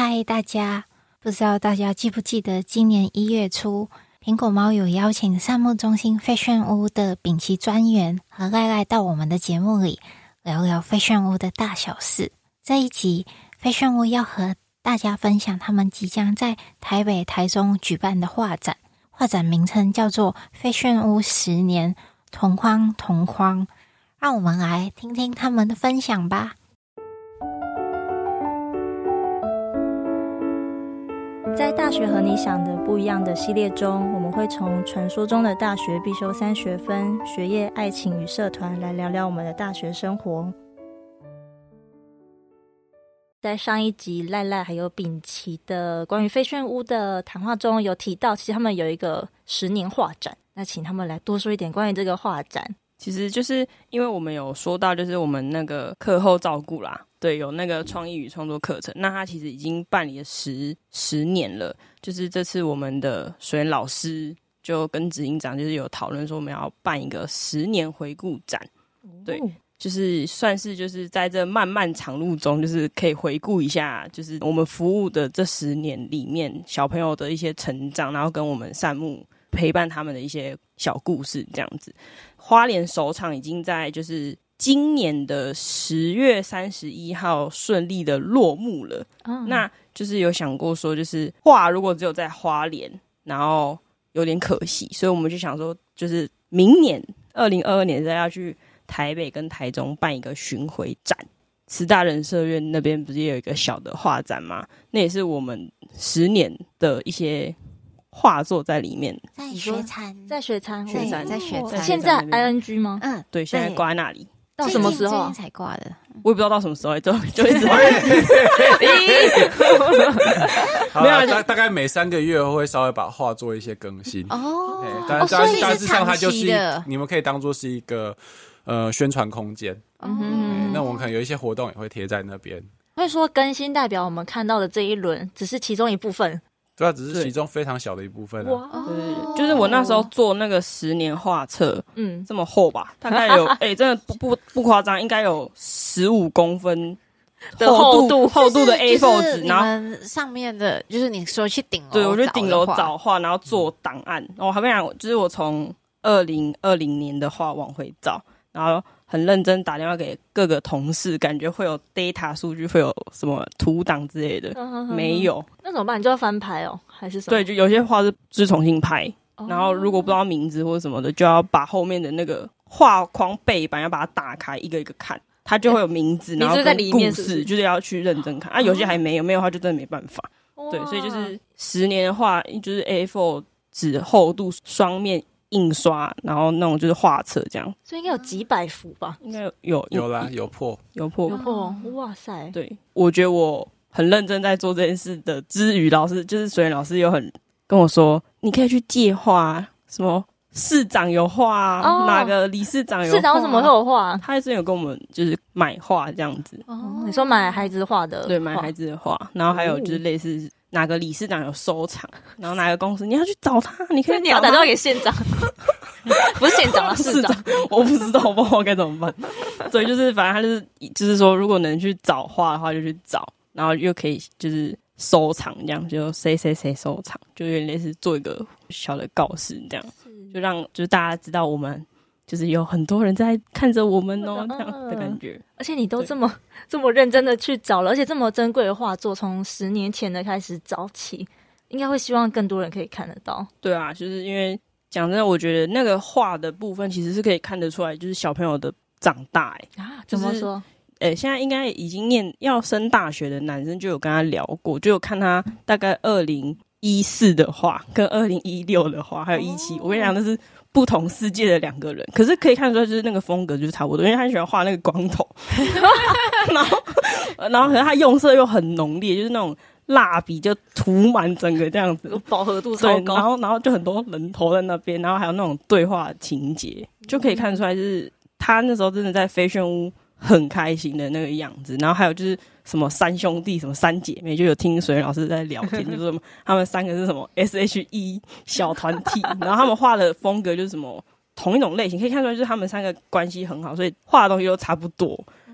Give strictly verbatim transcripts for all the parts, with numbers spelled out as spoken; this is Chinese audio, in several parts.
嗨，大家！不知道大家记不记得，今年一月初，苹果猫有邀请善牧中心 Fashion 屋的丙奇专员和赖赖到我们的节目里聊聊 Fashion 屋的大小事。这一集 Fashion 屋要和大家分享他们即将在台北、台中举办的画展，画展名称叫做 Fashion 屋十年同框同框。让我们来听听他们的分享吧。 在大学和你想的不一样的系列中，我们会从传说中的大学必修三学分、学业、爱情与社团来聊聊我们的大学生活。在上一集赖赖还有秉奇的关于飞旋屋的谈话中有提到，其实他们有一个十年画展，那请他们来多说一点关于这个画展。 其实就是因为我们有说到就是我们那个课后照顾啦，对，有那个创意与创作课程，那它其实已经办理了十十年了。就是这次我们的水源老师就跟执行长就是有讨论说我们要办一个十年回顾展，对，就是算是就是在这漫漫长路中，就是可以回顾一下，就是我们服务的这十年里面小朋友的一些成长，然后跟我们善牧陪伴他们的一些小故事这样子。花莲首场已经在就是今年的十月三十一号顺利的落幕了、嗯、那就是有想过说就是画如果只有在花莲然后有点可惜，所以我们就想说就是明年二零二二年再要去台北跟台中办一个巡回展。慈大人社院那边不是也有一个小的画展吗？那也是我们十年的一些画作在里面。 在学餐， 在学餐， 学餐在学餐。 现在 I N G 吗？ 嗯，对，现在挂在那里。 到什么时候、啊？ 最近才挂的， 我也不知道到什么时候，就就一直没有，大大概每三个月会稍微把画做一些更新哦。 但哦，所以大致上它就是长期的， 你们可以当做是一个呃宣传空间。嗯，那我们可能有一些活动也会贴在那边。 会说更新代表我们看到的这一轮只是其中一部分。 对啊，只是其中非常小的一部分啊。 哇，对，就是我那时候做那个十年画册，嗯，这么厚吧，大概有，哎、欸，真的不不不夸张，应该有十五公分的厚度， 厚度的 A 四 纸， 然后上面的，就是你说去顶楼， 对，我去顶楼找画，然后做档案。我还没讲，就是我从二零二零年的画往回找，然后很认真打电话给各个同事，感觉会有 data 数据，会有什么图档之类的，嗯、没有。 那怎么办？你就要翻拍哦，还是什么？ 对，就有些画是就是重新拍，哦、然后如果不知道名字或什么的，就要把后面的那个画框背板要把它打开，一个一个看，它就会有名字，然后跟故事，就是要去认真看。啊，有些还没有，没有的话就真的没办法。对，所以就是十年的话，就是 A 四 纸厚度双面印刷，然后那种就是画册这样， 所以应该有几百幅吧？ 应该有有有啦，有破有破有破，哇塞！ 对，我觉得我很认真在做这件事的之余，老师就是水源老师有很跟我说，你可以去借画，什么市长有画啊、哦，哪个理事长有画、啊， 市长为什么会有画？ 他之前有跟我们就是买画这样子。 哦，你说买孩子画的？ 对，买孩子的画，然后还有就是类似。哪个理事长有收藏，然后哪个公司你要去找他，你可以你要打电话给县长，不是县长啊，市长， 我不知道，我不知道该怎么办。对，就是反正他就是就是说，如果能去找画的话，就去找，然后又可以就是收藏这样，就谁谁谁收藏，就有点类似做一个小的告示这样，就让就是大家知道我们。就是有很多人在看着我们哦，这样的感觉。 而且你都这么这么认真的去找了，而且这么珍贵的画作，从十年前的开始找起，应该会希望更多人可以看得到。 对啊，就是因为讲真的，我觉得那个画的部分其实是可以看得出来，就是小朋友的长大、欸。 啊，怎么说？ 诶、欸，现在应该已经念要升大学的男生就有跟他聊过，就有看他大概二零一四的画跟二零一六的画，还有一七、哦，我跟你讲，那是。不同世界的两个人，可是可以看出来，就是那个风格就是差不多，因为他喜欢画那个光头，然后，然后可是他用色又很浓烈，就是那种蜡笔就涂满整个这样子， 饱和度超高， 然后然后就很多人头在那边，然后还有那种对话情节，就可以看出来，就是他那时候真的在飞旋屋很开心的那个样子，然后还有就是。什么三兄弟什么三姐妹，就有听水源老师在聊天，就是什么他们三个是什么 S H E 小团体，然后他们画的风格就是什么同一种类型，可以看出来就是他们三个关系很好，所以画的东西都差不多。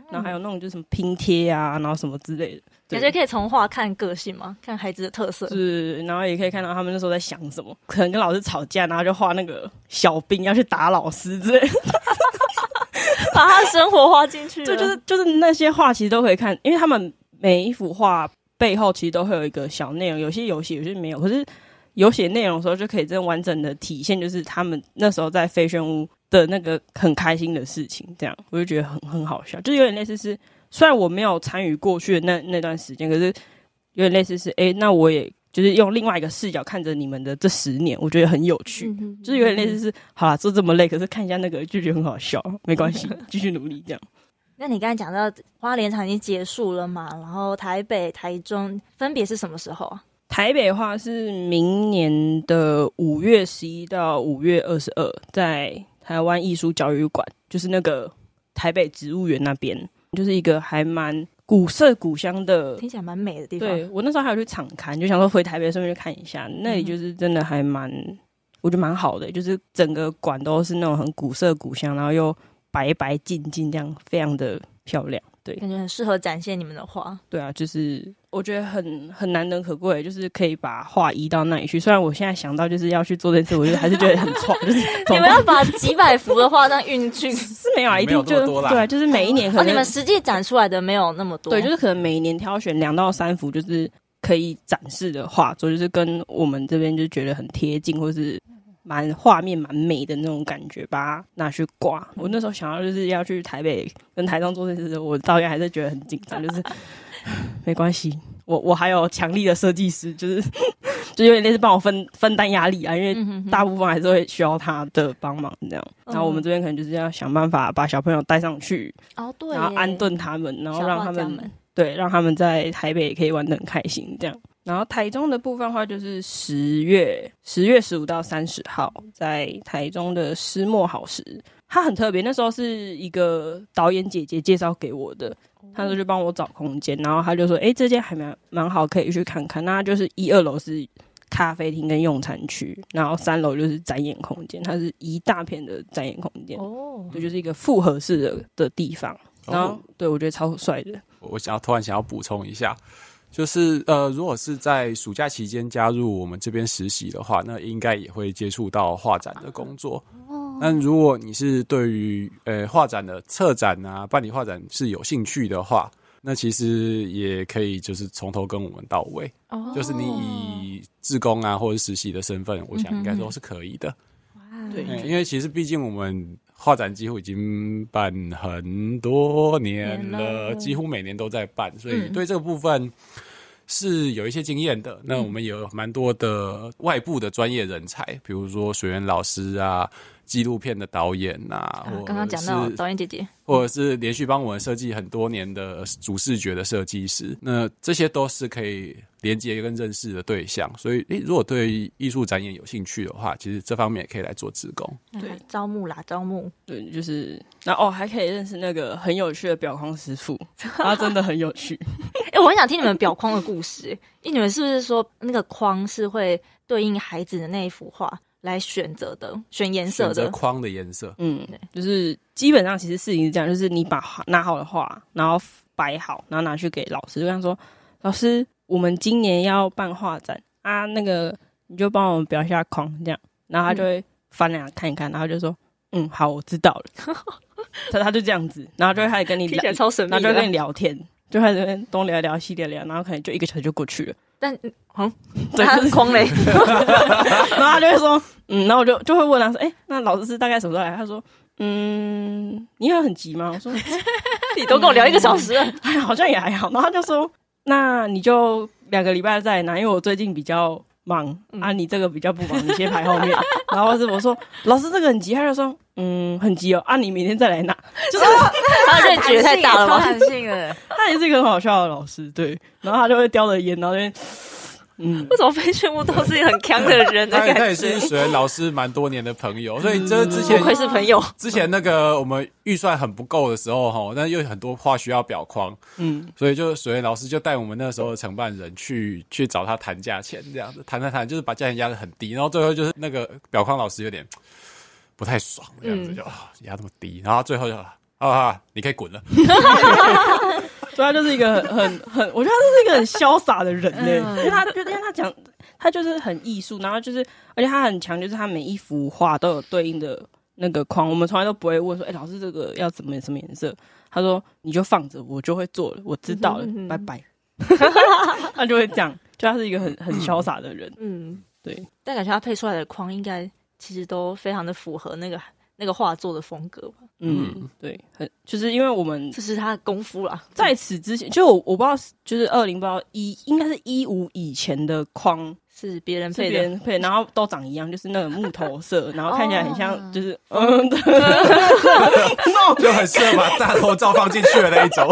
然后还有那种就是什么拼贴啊，然后什么之类的。 感觉可以从画看个性嘛，看孩子的特色。 是，然后也可以看到他们那时候在想什么，可能跟老师吵架，然后就画那个小兵要去打老师之类的， 把他的生活画进去了。 对，就是就是那些画其实都可以看，因为他们每一幅画背后其实都会有一个小内容，有些有写，有些没有。可是有写内容的时候，就可以真完整的体现，就是他们那时候在飞旋屋的那个很开心的事情。这样我就觉得很很好笑，就是有点类似是。虽然我没有参与过去的那那段时间，可是有点类似是，哎、欸，那我也就是用另外一个视角看着你们的这十年，我觉得很有趣，嗯、就是有点类似是，好啦，做这么累，可是看一下那个就觉得很好笑，没关系，继续努力这样。 那你刚才讲到花莲场已经结束了嘛？然后台北、台中分别是什么时候啊？ 台北的话是明年的五月十一到五月二十二，在台湾艺术教育馆，就是那个台北植物园那边。就是一个还蛮古色古香的， 听起来蛮美的地方。 对，我那时候还有去场看，就想说回台北顺便去看一下，那里就是真的还蛮，我觉得蛮好的，就是整个馆都是那种很古色古香，然后又白白净净，这样非常的漂亮。对， 感觉很适合展现你们的画。 对啊，就是我觉得很很难能可贵，就是可以把画移到那里去。虽然我现在想到就是要去做这件事，我就还是觉得很创。就是你们要把几百幅的画这样运去， 是没有啊，一定就对，就是每一年可能、 哦、你们实际展出来的没有那么多， 对，就是可能每一年挑选两到三幅，就是可以展示的画作，就是跟我们这边就觉得很贴近，或是。蛮画面蛮美的那种感觉，把它拿去挂。我那时候想要就是要去台北跟台中做这件事，我到现在还是觉得很紧张，就是没关系，我我还有强力的设计师，就是就有点类似帮我分分担压力啊，因为大部分还是会需要他的帮忙这样。然后我们这边可能就是要想办法把小朋友带上去， 哦对， 然后安顿他们，然后让他们对让他们在台北也可以玩得很开心这样。然后台中的部分的话，就是十月十月十五到三十号，在台中的诗墨好时，它很特别。那时候是一个导演姐姐介绍给我的，她说就帮我找空间，然后她就说：“哎，这间还蛮蛮好，可以去看看。”那就是一二楼是咖啡厅跟用餐区，然后三楼就是展演空间，它是一大片的展演空间哦，对，就是一个复合式的的地方。然后、哦、对我觉得超帅的。 我想要突然想要补充一下。就是呃，如果是在暑假期间加入我们这边实习的话，那应该也会接触到画展的工作。但如果你是对于呃画展的策展啊、办理画展是有兴趣的话，那其实也可以就是从头跟我们到尾。哦，就是你以志工啊或者实习的身份，我想应该都是可以的。哇，对，因为其实毕竟我们画展几乎已经办很多年了，几乎每年都在办，所以对这个部分是有一些经验的。嗯、那我们也有蛮多的外部的专业人才，比如说水源老师啊、纪录片的导演啊， 啊刚刚讲到导演姐姐， 或者是连续帮我们设计很多年的主视觉的设计师，那这些都是可以连接跟认识的对象。所以，诶，如果对艺术展演有兴趣的话，其实这方面也可以来做志工。 对，招募啦，招募。 对，就是然后哦，还可以认识那个很有趣的裱框师傅，他真的很有趣。 哎、欸，我很想听你们裱框的故事。因为你们是不是说那个框是会对应孩子的那一幅画来选择的，选颜色的， 选择框的颜色。 嗯，就是基本上其实事情是这样，就是你把拿好的画，然后摆好，然后拿去给老师，就跟他说：“老师，我们今年要办画展啊，那个你就帮我们裱一下框，这样。”然后他就会翻两看一看，然后就说：“嗯，好，我知道了。”他他就这样子，然后就会开始跟你聊， 超神秘的， 然后就会跟你聊天。就开始东聊聊西聊聊，然后可能就一个小时就过去了。 但嗯，对，他框嘞， 然后他就会说，嗯，然后我就就会问他说，哎、欸，那老师是大概什么时候来？他说，嗯，你有很急吗？我说， 你都跟我聊一个小时了， 哎，好像也还好。然后他就说，那你就两个礼拜再拿，因为我最近比较忙、嗯、啊，你这个比较不忙，你先排后面。然后是我说，老师这个很急，他就说，嗯，很急哦，啊，你明天再来拿。就是他的认知也太大了吧， 弹性了。 他也是一个很好笑的老师，对。然后他就会叼着烟，然后就嗯， 为什么飞旋屋都是很强的人的感觉？ 他也是水源老师蛮多年的朋友，所以这之前不愧是朋友。 之前那个我们预算很不够的时候哈，那又有很多画需要裱框，嗯，所以就水源老师就带我们那时候的承办人去去找他谈价钱，这样子谈谈谈，就是把价钱压得很低，然后最后就是那个裱框老师有点不太爽，这样子就压、嗯、那么低，然后最后就啊，你可以滚了。 对，他就是一个很很很，我觉得他是一个很潇洒的人呢、嗯，因为他就因为他讲，他就是很艺术，然后就是而且他很强，就是他每一幅画都有对应的那个框，我们从来都不会问说，哎、欸，老师这个要怎么什么颜色？他说你就放着，我就会做了，我知道了，嗯、拜拜。他就会这样，就他是一个很很潇洒的人，嗯，对。 但感觉他配出来的框应该其实都非常的符合那个那个画作的风格吧。 嗯，对，很就是因为我们这是他的功夫啦。 在此之前，就我我不知道，就是二零不知道一应该是一五以前的框。 是别人配的， 别人配，然后都长一样，就是那个木头色，然后看起来很像，就是、哦、嗯， 就很适合把大头照放进去的那一种。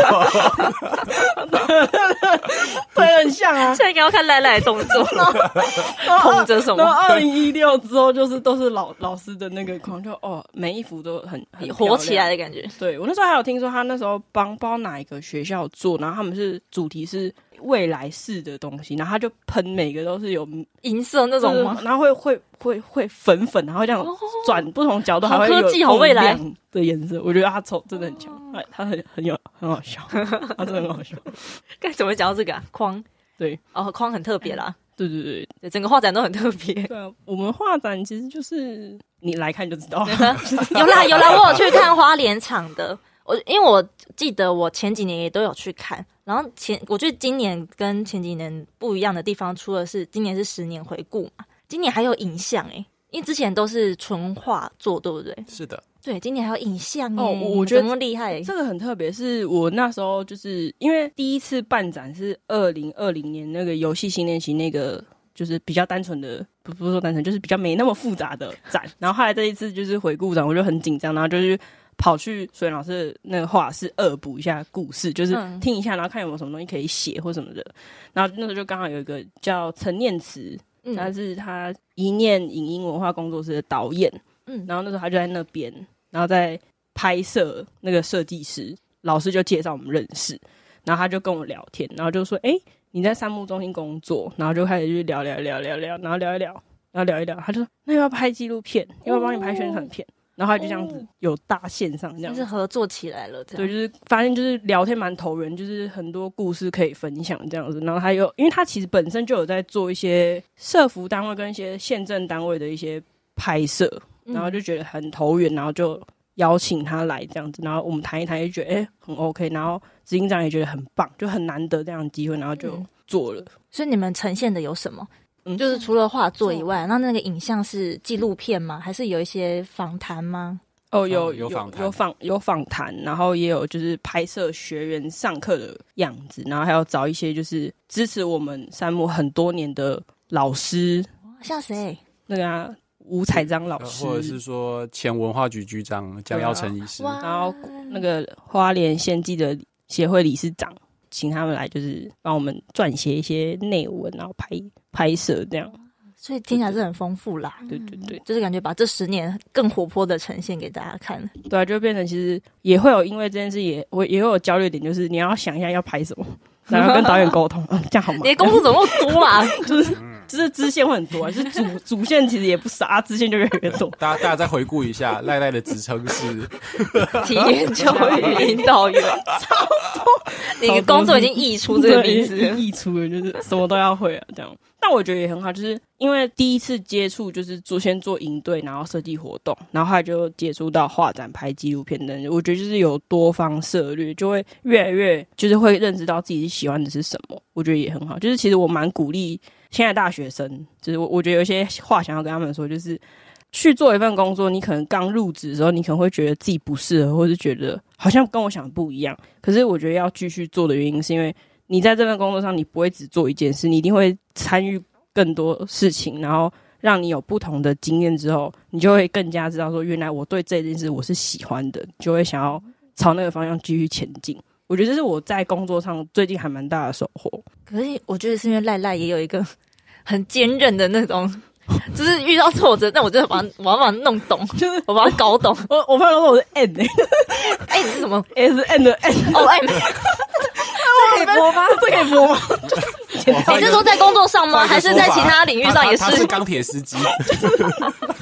对，很像啊。 现在应该要看赖赖的动作，捧着什么？ 然后二零一六之后，就是都是老老师的那个框，就哦，每一幅都很很火起来的感觉。 对，我那时候还有听说，他那时候帮不知道哪一个学校做，然后他们是主题是未来式的东西，然后他就喷每个都是有银色那种吗？ 然后会会会会粉粉，然后这样转不同角度，还会有科技好未来的颜色。我觉得他丑真的很强，哦、他很很有很好笑，他真的很好笑。 该怎么讲到这个啊？框对哦，框很特别啦。 对对对对，整个画展都很特别。 对啊，我们画展其实就是你来看就知道了。 有啦有啦，我有去看花莲场的。我因为我记得我前几年也都有去看，然后前我觉得今年跟前几年不一样的地方，除了是今年是十年回顾嘛，今年还有影像诶、欸，因为之前都是纯画作，对不对？ 是的， 对，今年还有影像诶、欸。 哦，我觉得怎么厉害、欸？ 这个很特别，是我那时候就是因为第一次办展是二零二零年那个游戏新练习那个。就是比较单纯的，不不是说单纯，就是比较没那么复杂的展。然后后来这一次就是回顾展，我就很紧张，然后就是跑去水老师的那个画室恶补一下故事，就是听一下，然后看有没有什么东西可以写或什么的。然后那时候就刚好有一个叫陈念慈，他是他一念影音文化工作室的导演，嗯，然后那时候他就在那边，然后在拍摄那个设计师，老师就介绍我们认识，然后他就跟我聊天，然后就说，哎、欸。你在山木中心工作，然后就开始去聊聊聊聊聊，然后聊一聊，然后聊一聊，他就说那要不要拍纪录片，要不要帮你拍宣传片，然后他就这样子有大线上这样子， 就是合作起来了，这样对，就是发现就是聊天蛮投缘，就是很多故事可以分享这样子，然后还有，因为他其实本身就有在做一些社福单位跟一些县政单位的一些拍摄，然后就觉得很投缘，然后就邀请他来这样子，然后我们谈一谈，就觉得哎、欸、很 OK， 然后执行长也觉得很棒，就很难得这样的机会，然后就做了。嗯、 所以你们呈现的有什么？嗯，就是除了画作以外，那那个影像是纪录片吗？还是有一些访谈吗？ 哦，有有访谈， 有访有访谈，然后也有就是拍摄学员上课的样子，然后还有找一些就是支持我们山木很多年的老师， 像谁？ 那个、啊。吴彩章老师， 或者是说前文化局局长江耀成医师， 然后那个花莲县记者协会理事长，请他们来就是帮我们撰写一些内文，然后拍拍摄这样。 所以听起来是很丰富啦。 对对对， 就是感觉把这十年更活泼的呈现给大家看。 对啊，就变成其实也会有因为这件事也我也会有焦虑点，就是你要想一下要拍什么，然后跟导演沟通，嗯，这样好吗？ 你的工作怎么那么多啊？ 就是。就是支线会很多啊，就是主主线其实也不少啊，支线就越来越多。 大家大家再回顾一下，赖赖的职称是体验教育引导员，超多，你的工作已经溢出这个名字， 溢出了，就是什么都要会啊，这样。但我觉得也很好，就是因为第一次接触，就是做先做营队，然后设计活动，然后后来就接触到画展、拍纪录片等，我觉得就是有多方涉略，就会越来越就是会认识到自己喜欢的是什么。我觉得也很好，就是其实我蛮鼓励现在大学生，就是我我觉得有一些话想要跟他们说，就是去做一份工作，你可能刚入职的时候，你可能会觉得自己不适合，或是觉得好像跟我想的不一样。可是我觉得要继续做的原因，是因为你在这份工作上，你不会只做一件事，你一定会参与更多事情，然后让你有不同的经验之后，你就会更加知道说，原来我对这件事我是喜欢的，就会想要朝那个方向继续前进。我觉得这是我在工作上最近还蛮大的收获。 可是我觉得是因为赖赖也有一个很坚韧的那种，就是遇到挫折，但我真的把它我要把它弄懂，就是我把它搞懂。 我我朋友说我是 N 欸 ，N 是什么 ？S N 的 N 哦 M。这可以播吗？ 这可以播吗？ 你是说在工作上吗？还是在其他领域上也是？ 他是钢铁司机， 就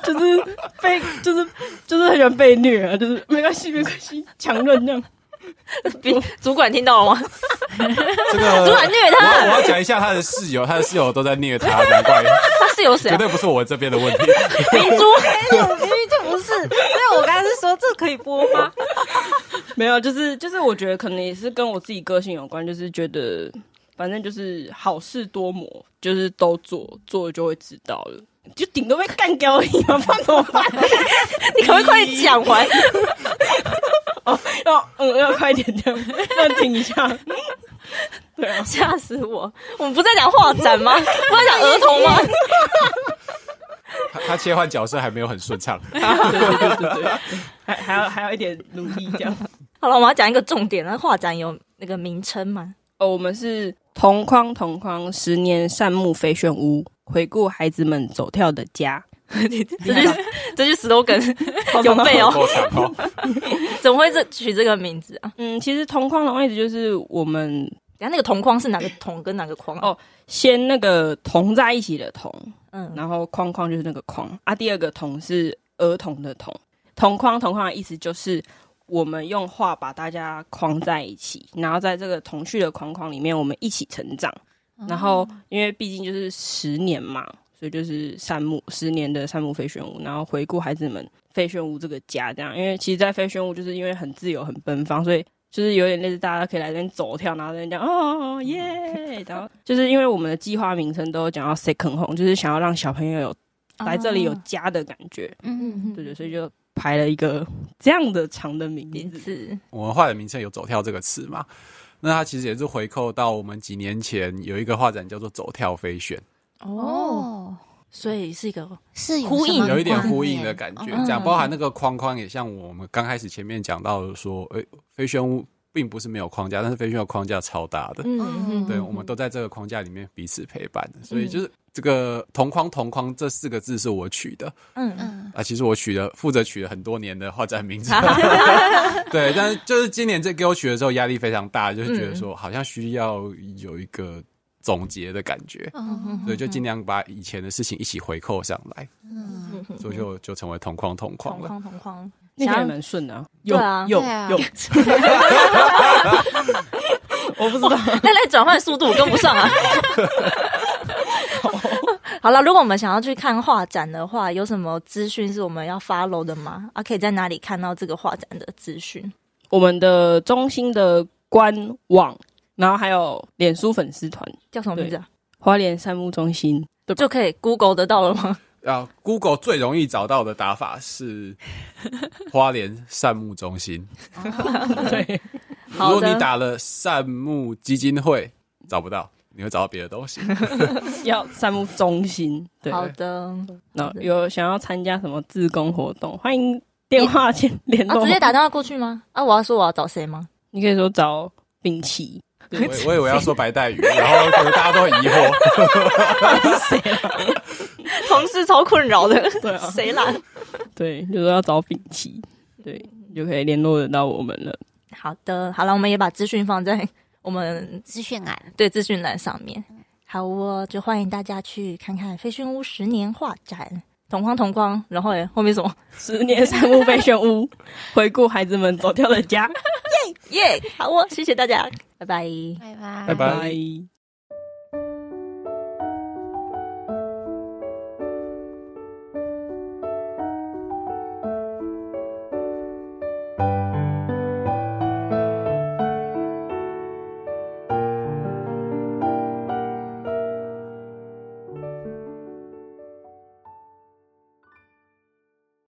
就是被就是就是很喜欢被虐啊，就是没关系没关系，强忍这样。 主管听到了吗？ 这个主管虐他， 我要我要讲一下他的室友，他的室友都在虐他，难怪他室友谁、啊？ 绝对不是我这边的问题。 明珠， 明明就不是，所以我刚才是说这可以播吗？ 没有，就是就是我觉得可能也是跟我自己个性有关，就是觉得反正就是好事多磨，就是都做做了就会知道了。就顶多被干掉而已嘛，不然怎么办？ 你可不可以快点讲完？ 哦，要嗯要快点这样，暂停一下。对啊， 吓死我！我们不是在讲画展吗？不是在讲儿童吗？ 他他切换角色还没有很顺畅。 对对对对对，还还要还要一点努力这样。 好了，我们要讲一个重点，那画展有那个名称吗？ 哦，我们是同框同框十年善牧飞旋屋，回顾孩子们走跳的家。 这句这句 slogan 有背哦， 够长哦。 怎么会这取这个名字啊？ 嗯，其实同框的意思就是我们， 等下那个同框是哪个同跟哪个框、啊？ 哦，先那个同在一起的同， 嗯， 然后框框就是那个框啊。第二个同是儿童的同，同框同框的意思就是我们用画把大家框在一起，然后在这个童趣的框框里面，我们一起成长。 哦、 然后因为毕竟就是十年嘛。所以就是善牧十年的善牧飞旋屋，然后回顾孩子们飞旋屋这个家，这样，因为其实，在飞旋屋就是因为很自由、很奔放，所以就是有点类似大家可以来这边走跳，然后在那边讲哦耶，然后就是因为我们的计划名称都有讲到 second home， 就是想要让小朋友有来这里有家的感觉， 嗯嗯，对对，所以就排了一个这样的长的名字。 我们画的名称有走跳这个词嘛？那它其实也是回扣到我们几年前有一个画展叫做走跳飞旋。 哦，所以是一个是呼应， 有一点呼应的感觉。 嗯、 这样包含那个框框，也像我们刚开始前面讲到的说，诶、欸，飞旋屋并不是没有框架，但是飞旋的框架超大的。嗯，对，我们都在这个框架里面彼此陪伴的，所以就是这个同框同框这四个字是我取的。嗯嗯，啊，其实我取了，负责取了很多年的画展名字。对，但是就是今年这给我取的时候压力非常大，就是觉得说好像需要有一个总结的感觉，嗯、所以就尽量把以前的事情一起回扣上来，嗯、所以就就成为同框同框了。 同框同框， 那个也蛮顺的、啊。 对啊， 有有，我不知道， 那类转换速度跟不上啊。好了，如果我们想要去看画展的话，有什么资讯是我们要 follow 的吗？啊，可以在哪里看到这个画展的资讯？ 我们的中心的官网。然后还有脸书粉丝团叫什么名字啊？ 花莲善牧中心， 对，就可以 Google 得到了吗？ 啊 ，Google 最容易找到的打法是花莲善牧中心。 哦、对， 如果你打了善牧基金会找不到，你会找到别的东西。 要善牧中心。对， 好的。 那有想要参加什么志工活动，欢迎电话联联络、 啊。直接打电话过去吗？啊，我要说我要找谁吗？ 你可以说找秉琦。 我我以为要说白带鱼，然后可能大家都很疑惑， 谁啦？同事超困扰的， 对啊， 谁啦？ 对，就说要找秉琦，对，就可以联络得到我们了。 好的，好了，我们也把资讯放在我们资讯栏， 对资讯栏上面。好哦，就欢迎大家去看看飞旋屋十年画展，同框同框，然后后面什么？ 十年善牧飞旋屋，回顾孩子们走跳的家。 耶耶，好哦，谢谢大家，拜拜， 拜拜， 拜拜。